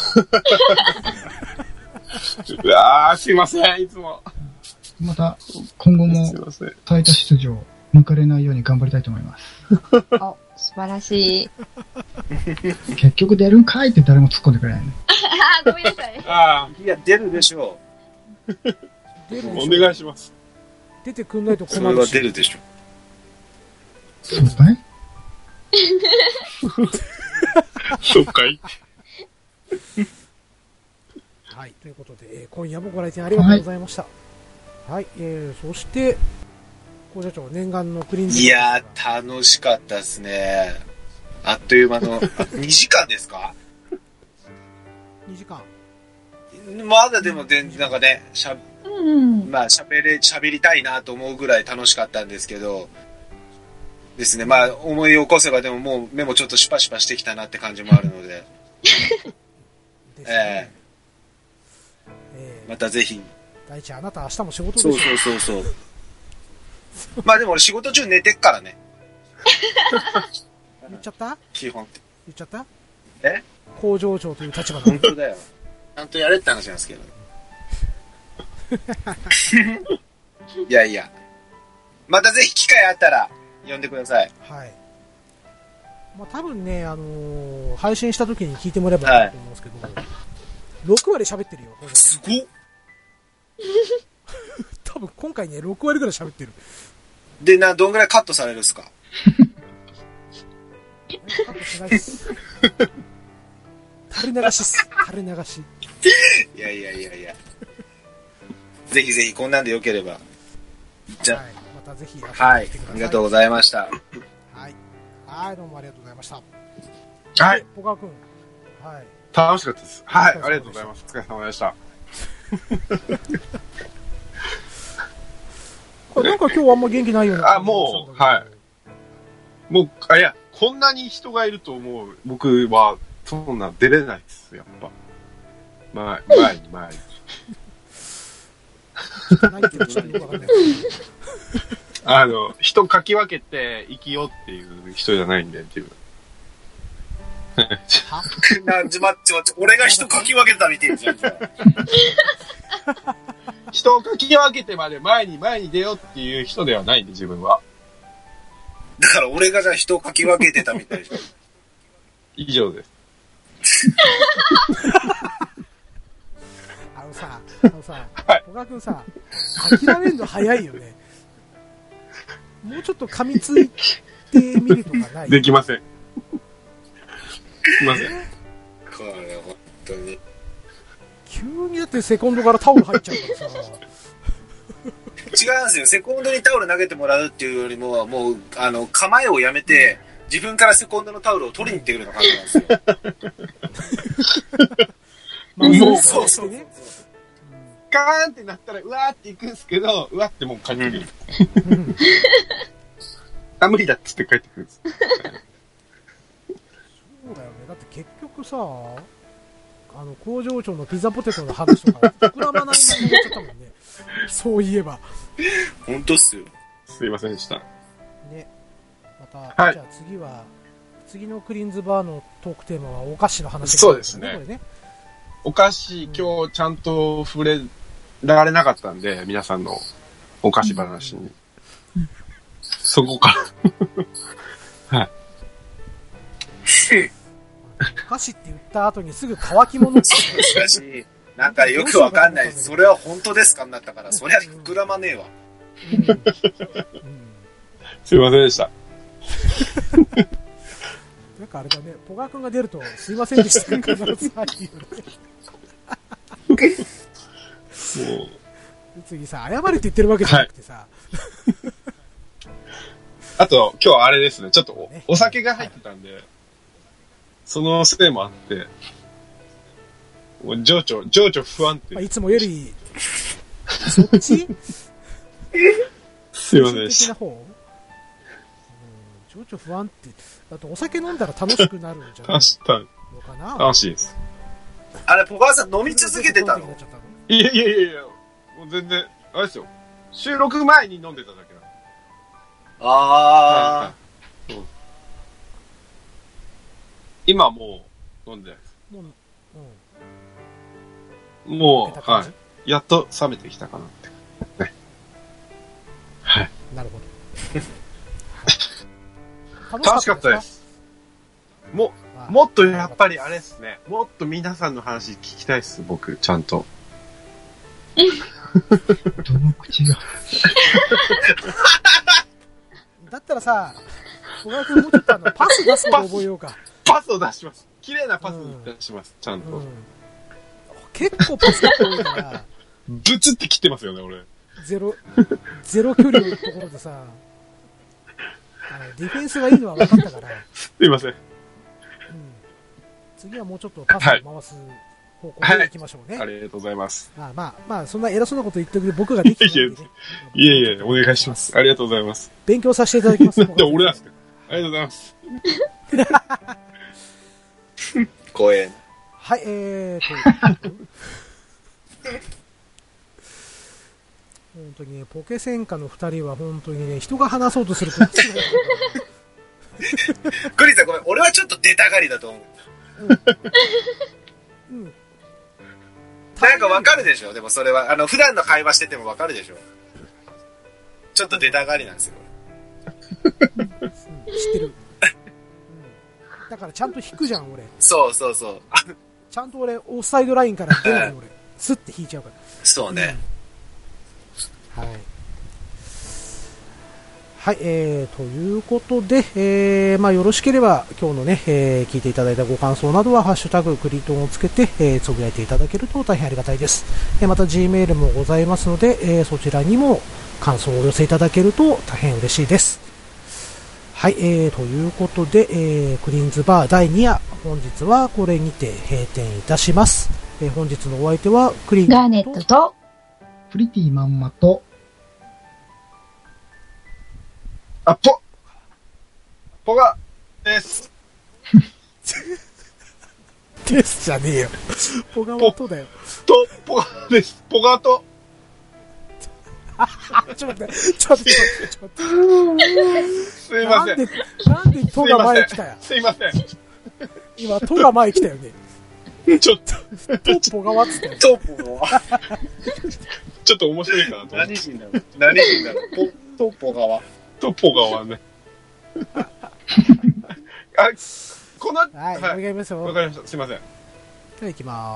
うわー、すいません、いつも。 また、今後も、最多出場、抜かれないように頑張りたいと思います。 お、素晴らしい。 結局出るんかいって誰も突っ込んでくれないね。 あ、ごめんなさい。 いや、出るでしょう。お願いします。 出てくんないと困るし。 それは出るでしょ。 そうかいそうかいはい、ということで、今夜もご来店ありがとうございました。はい、そして、工場長、念願のクリーンズ。 いやー、楽しかったですね。あっという間の、2時間ですか ?2 時間。 まだでも、なんかね、まあ、喋りたいなと思うぐらい楽しかったんですけど、ですね。まあ、思い起こせばでももう目もちょっとシュパシュパしてきたなって感じもあるので。 またぜひ。 大地、あなた明日も仕事でしょ。 そう。まあでも俺仕事中寝てっからね。 言っちゃった？ 基本って。 言っちゃった？ 工場長という立場本当だよ。ちゃんとやれって話なんですけど。いやいや。またぜひ機会あったら呼んでください。 はい。まあ多分ね、配信した時に聞いてもらえばいいと思うんですけど、6割喋ってるよ。 すごっ。 多分今回ね、6割ぐらい喋ってる。 で、どんぐらいカットされるんですか？ カットしないっす。垂れ流しっす。垂れ流し。 いや。ぜひぜひこんなんでよければ。じゃあ、はい、 またぜひ。 はい。ありがとうございました。 はい。はい、どうもありがとうございました。 はい。 ポカ君。はい。 楽しかったです。はい。ありがとうございます。お疲れ様でした。 なんか今日あんま元気ないよね。 もう、はい。もう、いや、こんなに人がいると思う。僕は、そんな出れないです、やっぱ。前に。人かき分けて生きようっていう人じゃないんで、自分。 俺が人かき分けたみてえじゃん。 人をかき分けてまで前に出ようっていう人ではないんで、自分は。 だから俺がじゃあ人をかき分けてたみたいじゃん。 以上です。 あのさ、小川くんさ、諦めるの早いよね。もうちょっと噛みついてみるとかない？ できません。すいません。 これ本当に。 急にだってセコンドからタオル入っちゃうからさ。 違うんですよ。セコンドにタオル投げてもらうっていうよりも、もう、構えをやめて、自分からセコンドのタオルを取りに行ってくるような感じなんですよ。 もうそうね。 ガーンってなったら、うわーって行くんですけど、うわってもう帰ってくる。無理だっつって帰ってくるんです。そうだよね。だって結局さ、工場長のピザポテトの話とか、膨らまないまま終わっちゃったもんね。そういえば。 本当っすよ。 すいませんでした。 ね。また、 はい、 じゃあ次のクリーンズバーのトークテーマはお菓子の話、 ね、そうですね。これね。お菓子、今日ちゃんと触れられなかったんで、皆さんのお菓子話に。そこから。はい。 お菓子って言った後にすぐ乾き物ってしかし、なんかよくわかんない。それは本当ですかになったから、そりゃ膨らまねえわ。 すいませんでした。 なんかあれだね、ポガ君が出ると、すいませんでした。必ず入るよね。 もう。 次さ、謝れって言ってるわけじゃなくてさ。はい、 あと、今日あれですね、ちょっとお酒が入ってたんで、はい、そのせいもあって、もう情緒不安定。 いつもより、そっちすいませんでした。 情緒不安定。だってお酒飲んだら楽しくなるんじゃないのかな。 楽しいです。 あれ、ポガーさん飲み続けてたの？ いや、もう全然、あれですよ。収録前に飲んでただけなの。 あー。 今もう飲んでないです。もう、はい。やっと冷めてきたかなって。ね。はい。 なるほど。 楽しかったです。もっとやっぱりあれですね。もっと皆さんの話聞きたいです、僕、ちゃんと。 どの口が。 だったらさ、小川君もうちょっとパス出すこと覚えようか。 パスを出します。綺麗なパス出します、ちゃんと。 結構パスが多いから。 ブツって切ってますよね、俺。 ゼロ距離のところでさ、ディフェンスがいいのは分かったから。 すいません。 次はもうちょっとパスを回す方向でいきましょうね。 ありがとうございます。 まあ、そんな偉そうなこと言ってくれる僕ができてないんでね。 いえ、お願いします。ありがとうございます。 勉強させていただきます。 なんで俺なんですか？ありがとうございます。 光栄。 はい、 本当にね、ポケセンカの二人は本当にね、人が話そうとするとクリスさんごめん、俺はちょっと出たがりだと思う。うん。なんかわかるでしょでもそれは、普段の会話しててもわかるでしょちょっと出たがりなんですよ。 知ってる。だからちゃんと引くじゃん、俺。 そうそうそう。 ちゃんと俺、オフサイドラインから出ない、俺。スッて引いちゃうから。 そうね。 はい。はい、ということで、まあ、よろしければ、今日のね、聞いていただいたご感想などは、ハッシュタグ、クリトンをつけて、つぶやいていただけると大変ありがたいです。また、Gmail もございますので、そちらにも感想をお寄せいただけると大変嬉しいです。はい、ということで、クリーンズバー第2夜、本日はこれにて閉店いたします。本日のお相手は、クリーンガーネットと、 プリティまんまと、 ポガです。 ですじゃねえよ。ポガワとだよ。 ポガです。ポガと。 ちょっと待って。すいません。なんでトが前来たや。 すいません。 今、トが前来たよね。 ちょっと。 トポガワっつったよ。 トポガワ。 ちょっと面白いかなと思って。 何人だろう。何人だろう。トポガワ。 トポガワね。この、 はい、お願いしますよ。 わかりました。すいません。 じゃあ行きます。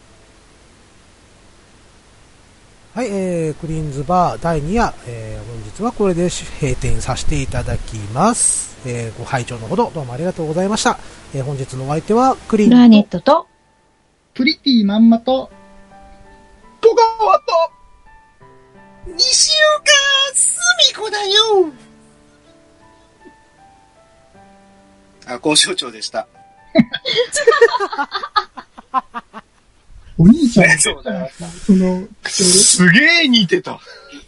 はい、クリーンズバー第2夜、本日はこれで閉店させていただきます。ご拝聴のほどどうもありがとうございました。本日のお相手はクリーンガーネットと、 プリティまんまと、 ポガワと、 西岡すみこだよ。交渉長でした。 お兄ちゃん、 そうだよ。 その口調で。 すげえ似てた。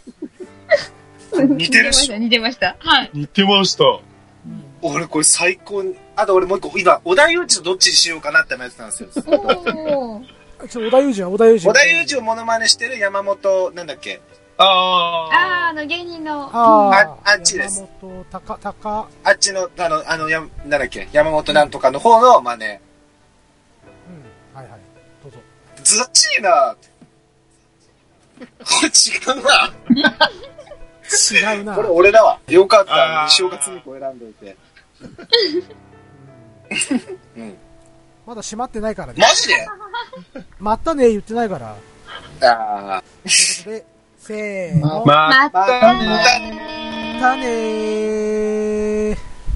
似てるし。 似てました。はい。 似てました。 俺これ最高に、あと俺もう一個、今、織田裕二とどっちにしようかなって迷ってたんですよ。織田裕二は織田裕二。 織田裕二をモノマネしてる山本、なんだっけ芸人の。 あっちです。 山本、 あっちの、なんだっけ、山本なんとかの方の真似。 はいはい。どうぞ。 ずっちいなこれ違うな。 違うな。 これ俺だわ。よかった。西岡つみ子選んどいて。 うん。まだ閉まってないからね。 マジでまたね言ってないから。ということで、せーの。 またねー。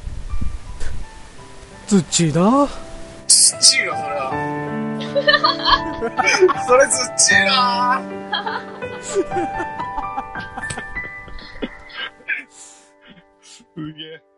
ずっちーな。 ずっちーよ、それは。それずっちーな。 すげえ。